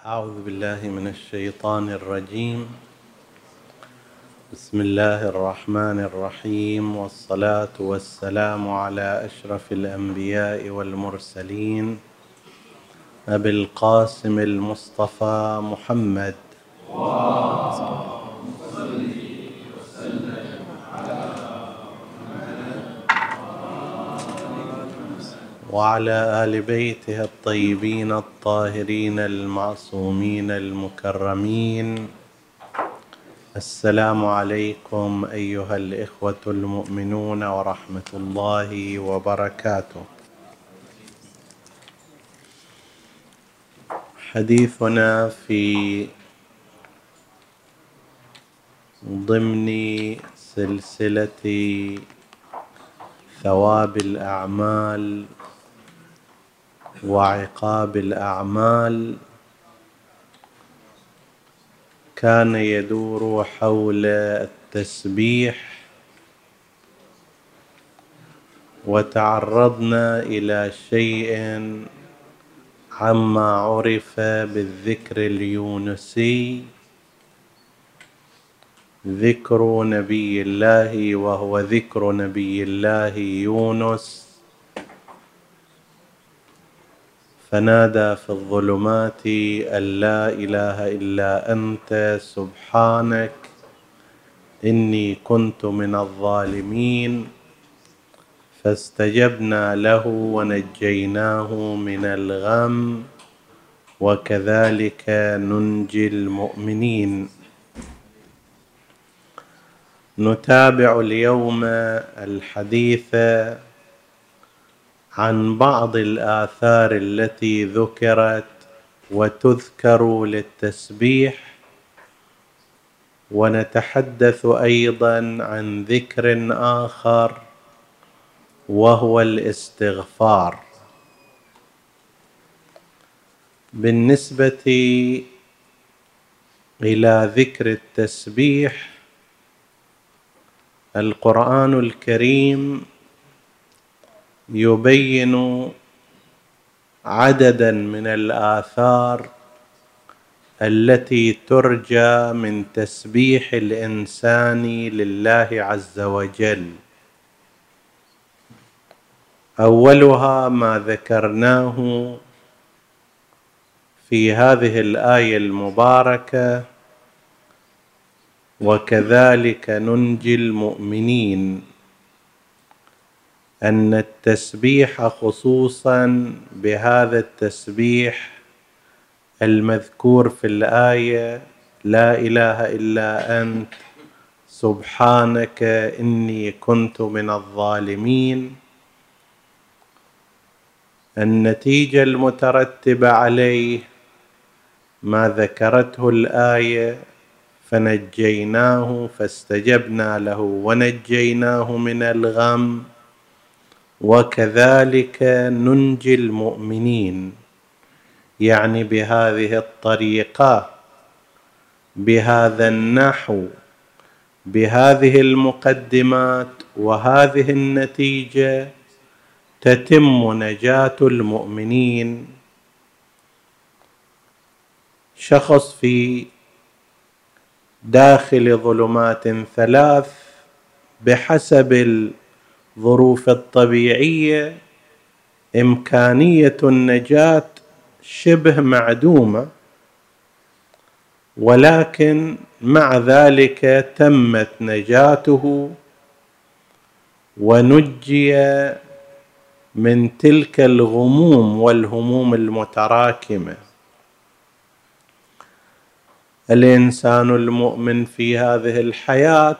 أعوذ بالله من الشيطان الرجيم. بسم الله الرحمن الرحيم، والصلاة والسلام على أشرف الأنبياء والمرسلين أبي القاسم المصطفى محمد وعلى آل بيته الطيبين الطاهرين المعصومين المكرمين. السلام عليكم أيها الإخوة المؤمنون ورحمة الله وبركاته. حديثنا في ضمن سلسلة ثواب الأعمال وعقاب الأعمال كان يدور حول التسبيح، وتعرضنا إلى شيء عما عرف بالذكر اليونسي، ذكر نبي الله، وهو ذكر نبي الله يونس، فنادى في الظلمات أن لا إله إلا أنت سبحانك إني كنت من الظالمين، فاستجبنا له ونجيناه من الغم وكذلك ننجي المؤمنين. نتابع اليوم الحديث عن بعض الآثار التي ذكرت وتذكر للتسبيح، ونتحدث أيضا عن ذكر آخر وهو الاستغفار. بالنسبة إلى ذكر التسبيح، القرآن الكريم يبين عددا من الآثار التي ترجى من تسبيح الإنسان لله عز وجل. أولها ما ذكرناه في هذه الآية المباركة: وكذلك ننجي المؤمنين، أن التسبيح خصوصا بهذا التسبيح المذكور في الآية لا إله إلا أنت سبحانك إني كنت من الظالمين، النتيجة المترتبة عليه ما ذكرته الآية: فنجيناه فاستجبنا له ونجيناه من الغم وكذلك ننجي المؤمنين. يعني بهذه الطريقة، بهذا النحو، بهذه المقدمات وهذه النتيجة تتم نجاة المؤمنين. شخص في داخل ظلمات ثلاث بحسب الظروف الطبيعية إمكانية النجاة شبه معدومة، ولكن مع ذلك تمت نجاته ونجي من تلك الغموم والهموم المتراكمة. الإنسان المؤمن في هذه الحياة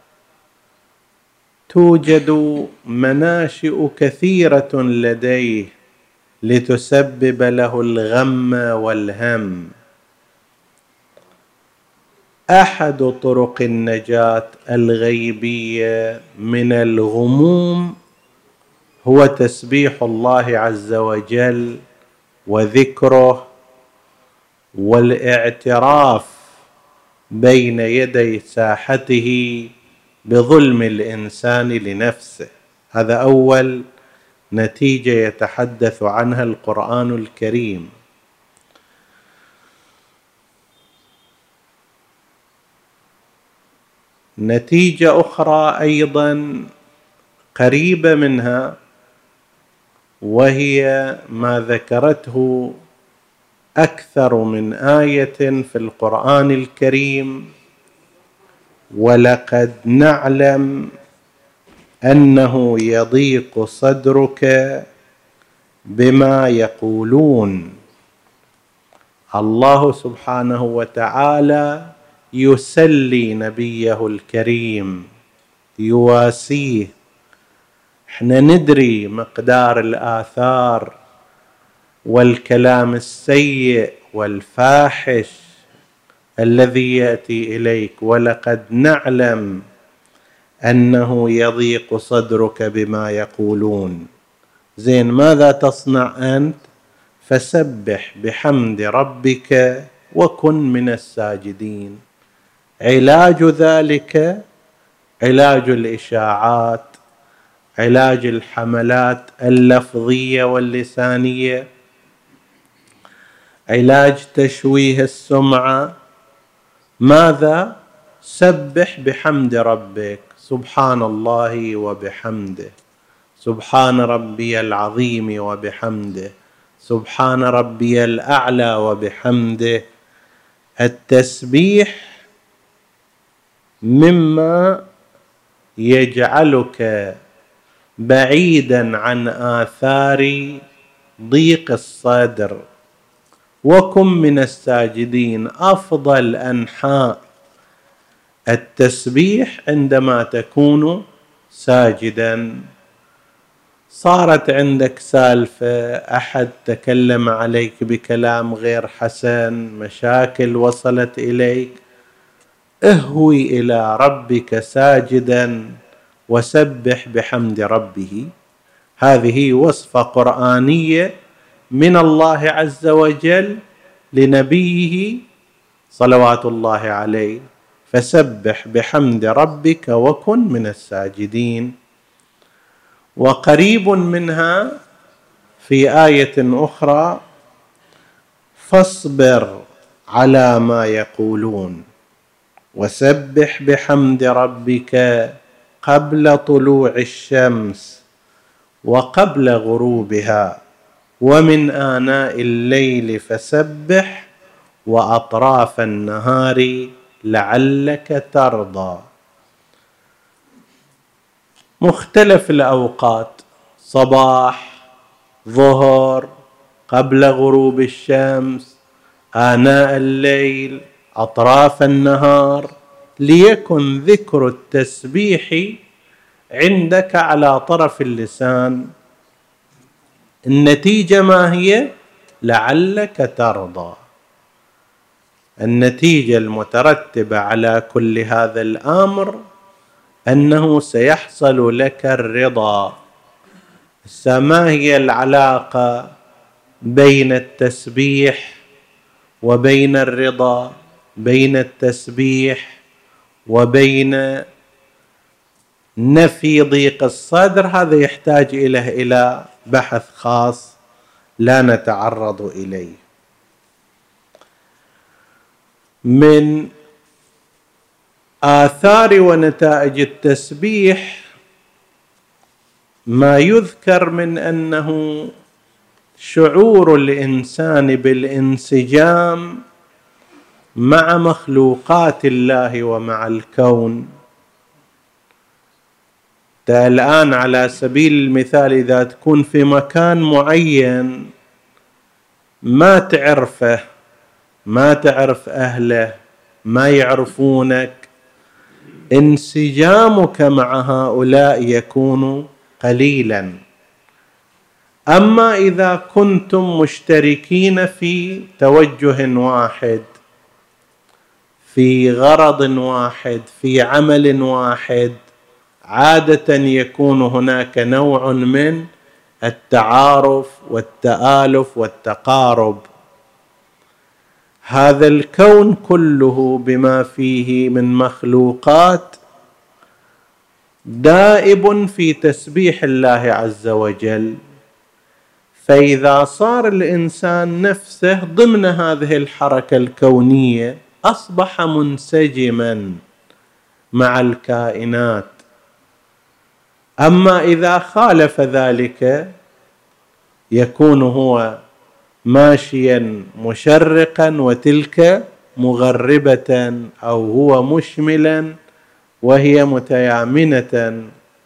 توجد مناشئ كثيرة لديه لتسبب له الغم والهم. أحد طرق النجاة الغيبية من الغموم هو تسبيح الله عز وجل وذكره والاعتراف بين يدي ساحته بظلم الإنسان لنفسه. هذا أول نتيجة يتحدث عنها القرآن الكريم. نتيجة أخرى أيضا قريبة منها، وهي ما ذكرته أكثر من آية في القرآن الكريم: ولقد نعلم أنه يضيق صدرك بما يقولون. الله سبحانه وتعالى يسلي نبيه الكريم، يواسيه. احنا ندري مقدار الآثار والكلام السيء والفاحش الذي يأتي إليك، ولقد نعلم أنه يضيق صدرك بما يقولون. زين، ماذا تصنع أنت؟ فسبح بحمد ربك وكن من الساجدين. علاج ذلك علاج الإشاعات، علاج الحملات اللفظية واللسانية، علاج تشويه السمعة. ماذا؟ سبح بحمد ربك، سبحان الله وبحمده، سبحان ربي العظيم وبحمده، سبحان ربي الأعلى وبحمده. التسبيح مما يجعلك بعيدا عن آثار ضيق الصدر. وكن من الساجدين. أفضل أنحاء التسبيح عندما تكون ساجدا. صارت عندك سالفة، أحد تكلم عليك بكلام غير حسن، مشاكل وصلت إليك، اهوي إلى ربك ساجدا وسبح بحمد ربه. هذه وصفة قرآنية من الله عز وجل لنبيه صلوات الله عليه: فسبح بحمد ربك وكن من الساجدين. وقريب منها في آية أخرى: فاصبر على ما يقولون وسبح بحمد ربك قبل طلوع الشمس وقبل غروبها ومن آناء الليل فسبح وأطراف النهار لعلك ترضى. مختلف الأوقات، صباح، ظهر، قبل غروب الشمس، آناء الليل، أطراف النهار، ليكن ذكر التسبيح عندك على طرف اللسان. النتيجة ما هي؟ لعلك ترضى. النتيجة المترتبة على كل هذا الأمر أنه سيحصل لك الرضا. ما هي العلاقة بين التسبيح وبين الرضا؟ بين التسبيح وبين نفي ضيق الصدر؟ هذا يحتاج إلى بحث خاص لا نتعرض إليه. من آثار ونتائج التسبيح ما يذكر من أنه شعور الإنسان بالانسجام مع مخلوقات الله ومع الكون. الآن على سبيل المثال إذا تكون في مكان معين ما تعرفه، ما تعرف أهله، ما يعرفونك، انسجامك مع هؤلاء يكون قليلا. أما إذا كنتم مشتركين في توجه واحد، في غرض واحد، في عمل واحد، عادة يكون هناك نوع من التعارف والتآلف والتقارب. هذا الكون كله بما فيه من مخلوقات دائب في تسبيح الله عز وجل. فإذا صار الإنسان نفسه ضمن هذه الحركة الكونية أصبح منسجما مع الكائنات. أما إذا خالف ذلك يكون هو ماشيا مشرقا وتلك مغربة، أو هو مشملا وهي متيامنة.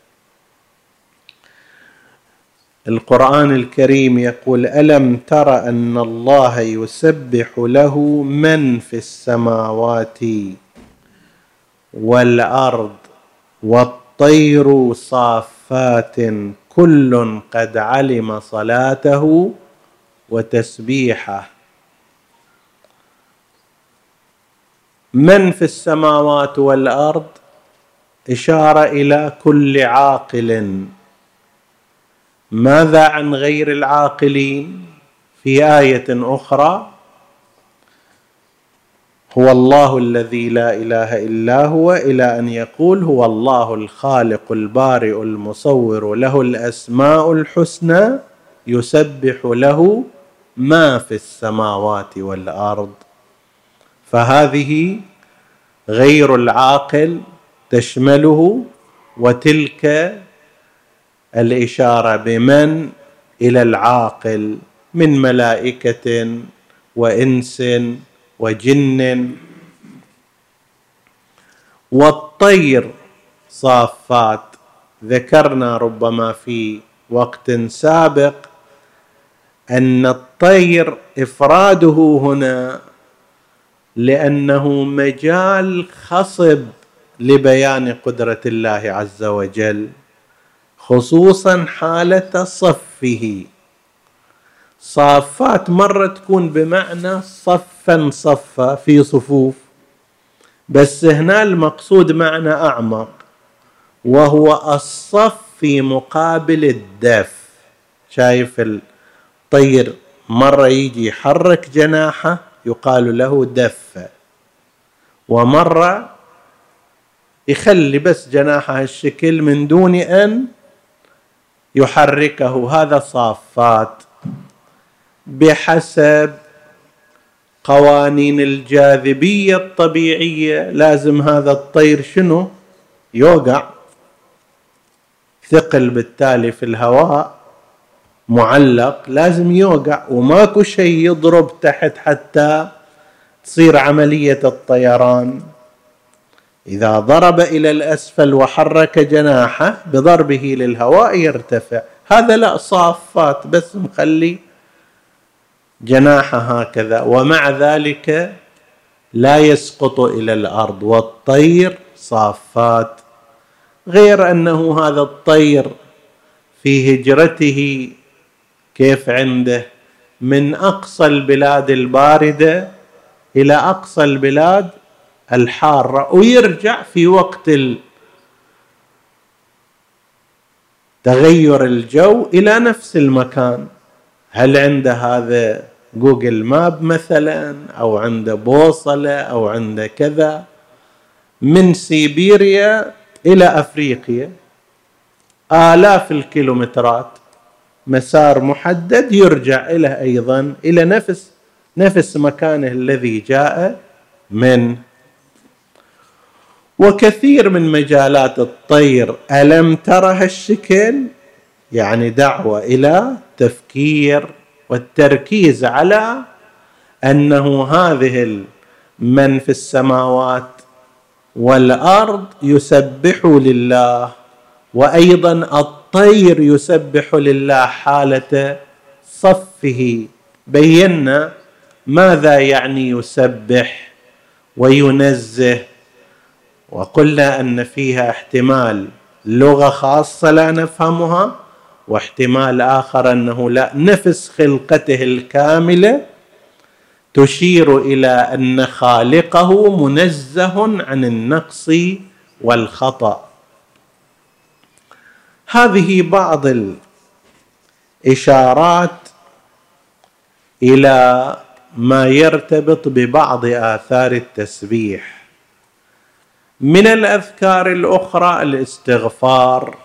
القرآن الكريم يقول: ألم تر أن الله يسبح له من في السماوات والأرض والطير صافات كل قد علم صلاته وتسبيحه. من في السماوات والأرض إشارة إلى كل عاقل. ماذا عن غير العاقلين؟ في آية أخرى: هو الله الذي لا إله إلا هو، إلى أن يقول: هو الله الخالق البارئ المصور له الأسماء الحسنى يسبح له ما في السماوات والأرض. فهذه غير العاقل تشمله، وتلك الإشارة بمن إلى العاقل من ملائكة وإنس وجن. والطير صافات، ذكرنا ربما في وقت سابق أن الطير إفراده هنا لأنه مجال خصب لبيان قدرة الله عز وجل، خصوصا حالة صفه. صافات مرة تكون بمعنى صفا صفا في صفوف، بس هنا المقصود معنى أعمق، وهو الصف في مقابل الدف. شايف الطير مرة يجي يحرك جناحه يقال له دف، ومرة يخلي بس جناحه الشكل من دون أن يحركه، هذا صافات. بحسب قوانين الجاذبية الطبيعية لازم هذا الطير شنو؟ يوقع، ثقل بالتالي في الهواء معلق، لازم يوقع، وماكو شيء يضرب تحت حتى تصير عملية الطيران. إذا ضرب إلى الأسفل وحرك جناحه بضربه للهواء يرتفع. هذا لا، صافات بس مخلي جناحه هكذا، ومع ذلك لا يسقط إلى الأرض. والطير صافات، غير أنه هذا الطير في هجرته كيف عنده من أقصى البلاد الباردة إلى أقصى البلاد الحارة، ويرجع في وقت تغير الجو إلى نفس المكان. هل عنده هذا جوجل ماب مثلا، أو عنده بوصلة، أو عنده كذا؟ من سيبيريا إلى أفريقيا آلاف الكيلومترات، مسار محدد يرجع إليه أيضا إلى نفس مكانه الذي جاء منه. وكثير من مجالات الطير ألم ترى الشكل، يعني دعوة إلى تفكير والتركيز على أنه هذه من في السماوات والأرض يسبح لله، وأيضا الطير يسبح لله حالة صفه. بينا ماذا يعني يسبح وينزه، وقلنا أن فيها احتمال لغة خاصة لا نفهمها، واحتمال آخر أنه لا، نفس خلقته الكاملة تشير إلى أن خالقه منزه عن النقص والخطأ. هذه بعض الإشارات إلى ما يرتبط ببعض آثار التسبيح. من الأذكار الأخرى الاستغفار: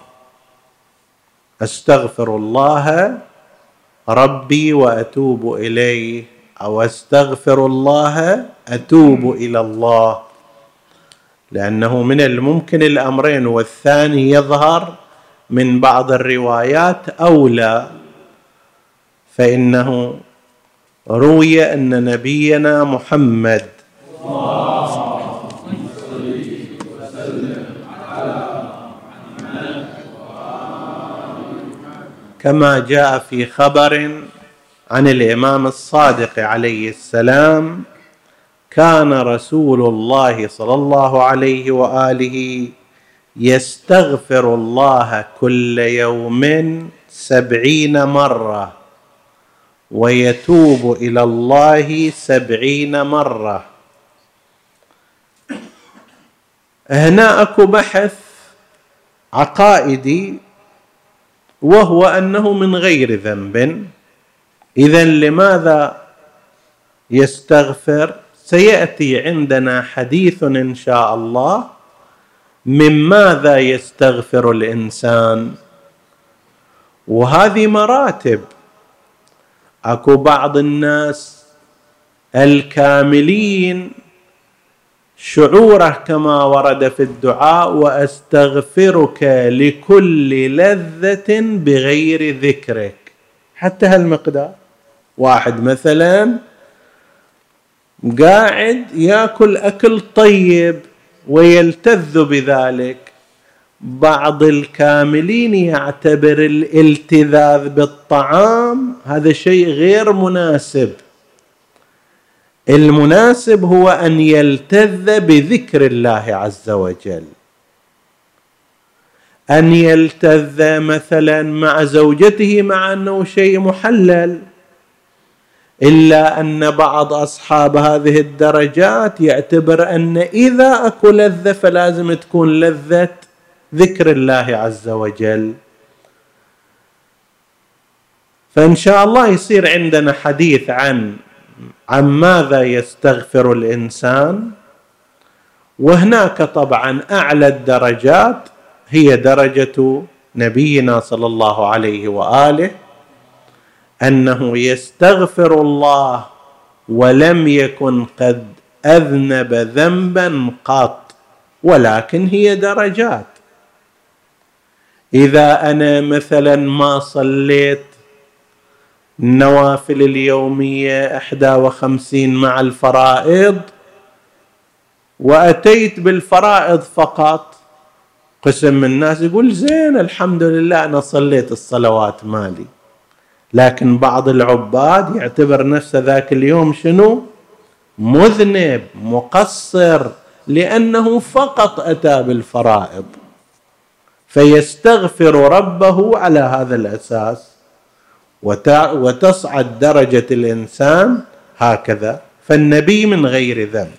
أستغفر الله ربي وأتوب إليه، أو أستغفر الله أتوب إلى الله. لأنه من الممكن الأمرين، والثاني يظهر من بعض الروايات أولى. فإنه روي أن نبينا محمد كما جاء في خبر عن الإمام الصادق عليه السلام: كان رسول الله صلى الله عليه وآله يستغفر الله كل يوم 70 مرة ويتوب إلى الله 70 مرة. هنا أكو بحث عقائدي، وهو أنه من غير ذنب. إذن لماذا يستغفر؟ سيأتي عندنا حديث إن شاء الله من ماذا يستغفر الإنسان، وهذه مراتب. أكو بعض الناس الكاملين شعوره كما ورد في الدعاء: وأستغفرك لكل لذة بغير ذكرك. حتى هالمقدار. واحد مثلا قاعد يأكل أكل طيب ويلتذ بذلك، بعض الكاملين يعتبر الالتذاذ بالطعام هذا شيء غير مناسب. المناسب هو أن يلتذ بذكر الله عز وجل، أن يلتذ مثلا مع زوجته مع أنه شيء محلل. إلا أن بعض أصحاب هذه الدرجات يعتبر أن إذا أكو لذة فلازم تكون لذة ذكر الله عز وجل. فإن شاء الله يصير عندنا حديث عن ماذا يستغفر الإنسان. وهناك طبعا أعلى الدرجات هي درجة نبينا صلى الله عليه وآله، أنه يستغفر الله ولم يكن قد أذنب ذنبا قط، ولكن هي درجات. إذا أنا مثلا ما صليت النوافل اليومية 51 مع الفرائض وأتيت بالفرائض فقط، قسم من الناس يقول زين الحمد لله أنا صليت الصلوات مالي. لكن بعض العباد يعتبر نفسه ذاك اليوم شنو؟ مذنب مقصر، لأنه فقط أتى بالفرائض، فيستغفر ربه على هذا الأساس، وتصعد درجة الإنسان هكذا. فالنبي من غير ذنب.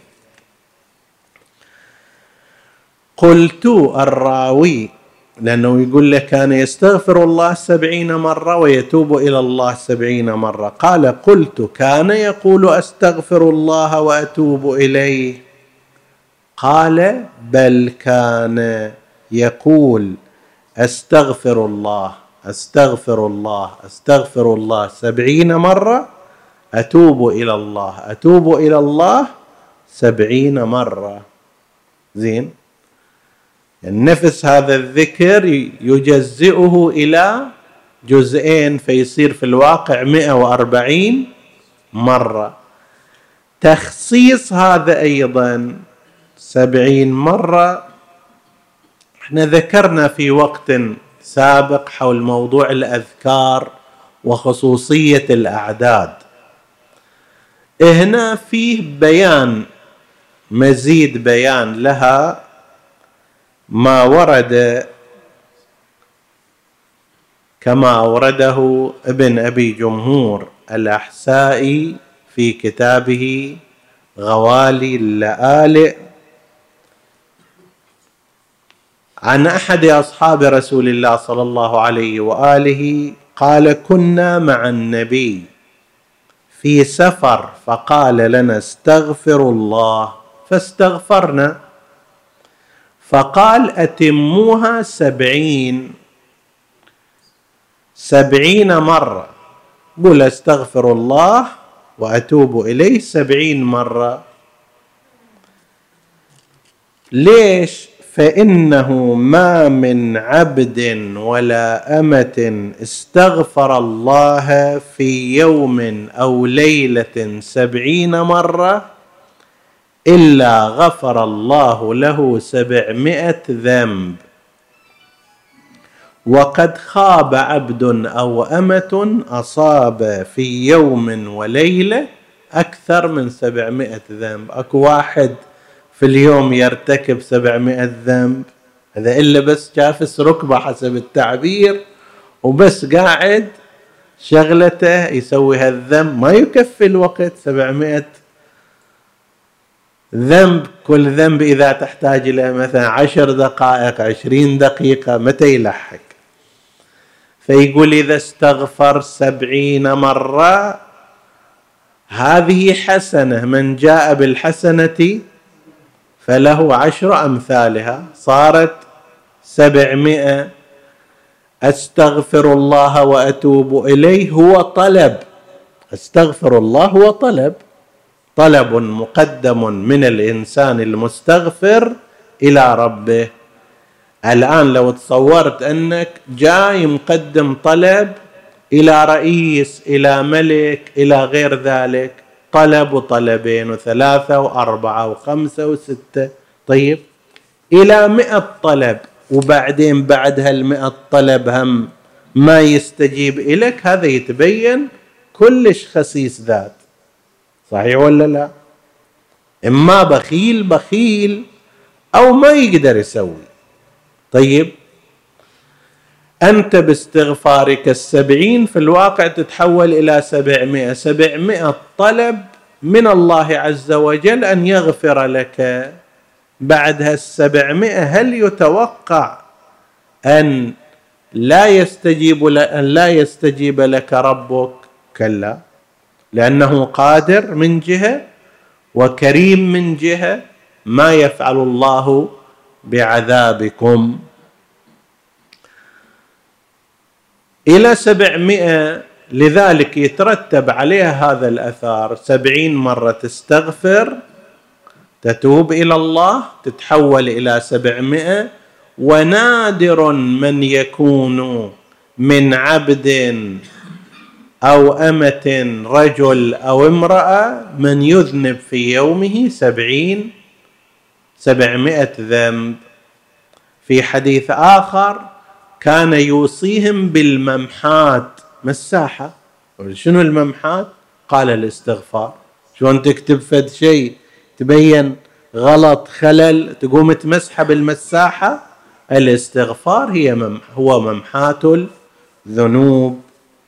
قلت الراوي، لأنه يقول لك كان يستغفر الله 70 مرة ويتوب إلى الله 70 مرة. قال: قلت كان يقول أستغفر الله وأتوب إليه. قال: بل كان يقول أستغفر الله أستغفر الله أستغفر الله 70 مرة، أتوب إلى الله أتوب إلى الله 70 مرة. زين، النفس هذا الذكر يجزئه إلى جزئين، فيصير في الواقع 140 مرة. تخصيص هذا أيضا 70 مرة احنا ذكرنا في وقت سابق حول موضوع الأذكار وخصوصية الأعداد. هنا فيه بيان، مزيد بيان لها، ما ورد كما أورده ابن أبي جمهور الأحسائي في كتابه غوالي اللآلئ عن أحد أصحاب رسول الله صلى الله عليه وآله قال: كنا مع النبي في سفر فقال لنا استغفر الله، فاستغفرنا، فقال: أتموها 70 مرة. قل استغفر الله وأتوب إليه 70 مرة. ليش؟ فإنه ما من عبد ولا أمة استغفر الله في يوم أو ليلة 70 مرة إلا غفر الله له 700 ذنب. وقد خاب عبد أو أمة أصاب في يوم وليلة أكثر من 700 ذنب. أكو واحد في اليوم يرتكب 700 ذنب، هذا إلا بس جافس ركبة حسب التعبير، وبس قاعد شغلته يسوي هالذنب، ما يكفي الوقت 700 ذنب. كل ذنب إذا تحتاج إلى مثلا 10 دقائق 20 دقيقة متى يلحق؟ فيقول إذا استغفر 70 مرة هذه حسنة، من جاء بالحسنة فله 10 أمثالها، صارت 700. أستغفر الله وأتوب إليه هو طلب، أستغفر الله هو طلب مقدم من الإنسان المستغفر إلى ربه. الآن لو تصورت أنك جاي مقدم طلب إلى رئيس، إلى ملك، إلى غير ذلك، طلب وطلبين وثلاثة وأربعة وخمسة وستة، طيب إلى 100 طلب، وبعدين بعد هال100 طلب هم ما يستجيب إليك، هذا يتبين كلش خسيس ذات. صحيح ولا لا؟ إما بخيل أو ما يقدر يسوي. طيب أنت باستغفارك 70 في الواقع تتحول إلى 700 طلب من الله عز وجل أن يغفر لك. بعد هال700 هل يتوقع أن لا يستجيب لك ربك؟ كلا، لأنه قادر من جهة وكريم من جهة. ما يفعل الله بعذابكم. إلى 700، لذلك يترتب عليها هذا الأثار. 70 مرة تستغفر، تتوب إلى الله، تتحول إلى 700. ونادر من يكون من عبد أو أمة، رجل أو امرأة، من يذنب في يومه 700 ذنب. في حديث آخر كان يوصيهم بالممحات، مساحة. شنو الممحات؟ قال الاستغفار. شلون تكتب فد شيء تبين غلط خلل تقوم تمسحه بالمساحة؟ الاستغفار هو ممحات الذنوب.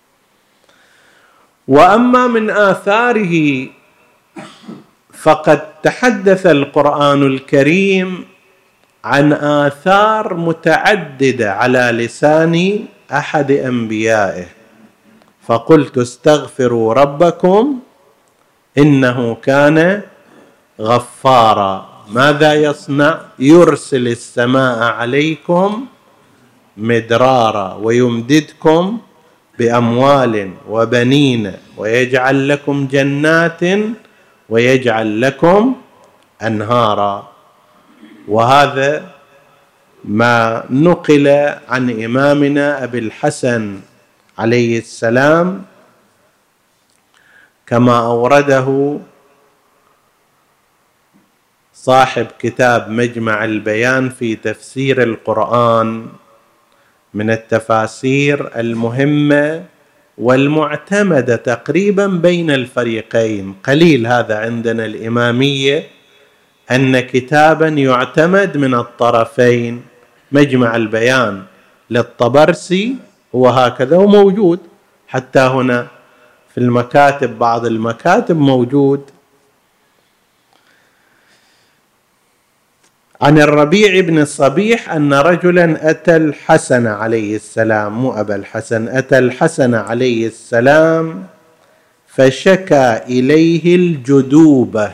وأما من آثاره فقد تحدث القرآن الكريم عن آثار متعددة على لسان أحد أنبيائه. فقلت استغفروا ربكم إنه كان غفارا. ماذا يصنع؟ يرسل السماء عليكم مدرارا ويمددكم بأموال وبنين ويجعل لكم جنات ويجعل لكم أنهارا. وهذا ما نقل عن إمامنا أبي الحسن عليه السلام كما أورده صاحب كتاب مجمع البيان في تفسير القرآن، من التفاسير المهمة والمعتمدة تقريبا بين الفريقين. قليل هذا عندنا الإمامية أن كتابا يعتمد من الطرفين. مجمع البيان للطبرسي هو هكذا وموجود حتى هنا في المكاتب، بعض المكاتب موجود. عن الربيع بن الصبيح أن رجلا أتى الحسن عليه السلام، مو أبا الحسن، أتى الحسن عليه السلام فشكى إليه الجدوبة.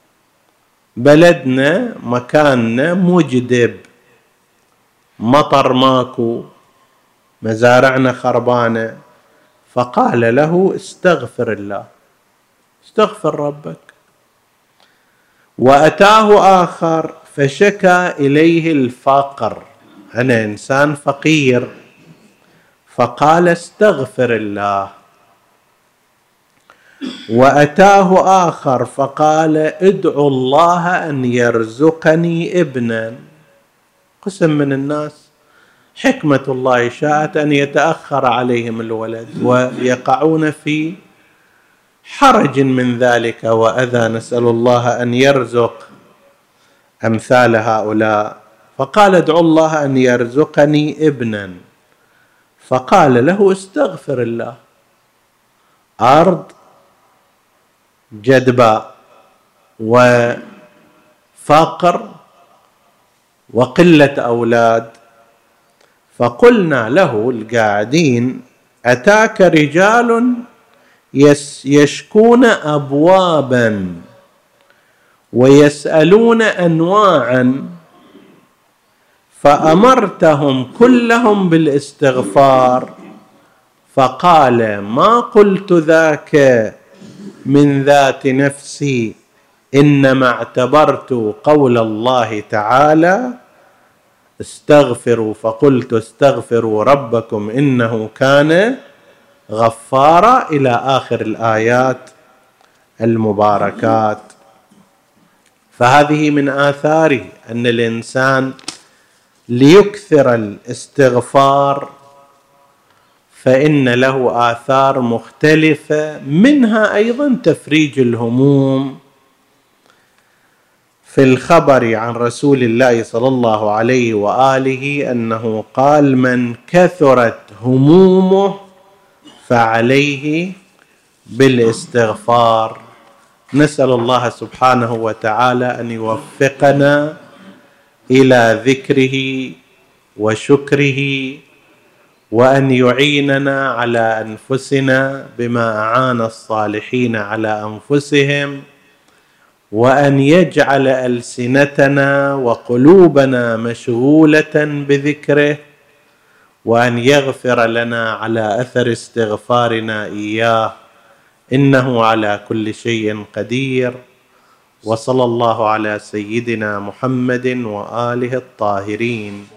بلدنا مكاننا مجدب، مطر ماكو، مزارعنا خربانة. فقال له استغفر الله، استغفر ربك. وأتاه آخر فشكى إليه الفقر، أنا إنسان فقير، فقال استغفر الله. وأتاه آخر فقال ادعو الله أن يرزقني ابنا. قسم من الناس حكمة الله شاءت أن يتأخر عليهم الولد ويقعون في حرج من ذلك وأذى، نسأل الله أن يرزق أمثال هؤلاء. فقال ادعو الله أن يرزقني ابنا، فقال له استغفر الله، أرض جدباء وفقر وقلة أولاد. فقلنا له القاعدين أتاك رجال يشكون أبوابا ويسألون أنواعا، فأمرتهم كلهم بالاستغفار، فقال ما قلت ذاك من ذات نفسي، إنما اعتبرت قول الله تعالى استغفروا، فقلت استغفروا ربكم إنه كان غفارا إلى آخر الآيات المباركات. فهذه من آثاره أن الإنسان ليكثر الاستغفار فإن له آثار مختلفة، منها أيضا تفريج الهموم. في الخبر عن رسول الله صلى الله عليه وآله أنه قال من كثرت همومه فعليه بالاستغفار. نسأل الله سبحانه وتعالى أن يوفقنا إلى ذكره وشكره، وأن يعيننا على أنفسنا بما أعان الصالحين على أنفسهم، وأن يجعل ألسنتنا وقلوبنا مشغولة بذكره، وأن يغفر لنا على أثر استغفارنا إياه، إنه على كل شيء قدير. وصلى الله على سيدنا محمد وآله الطاهرين.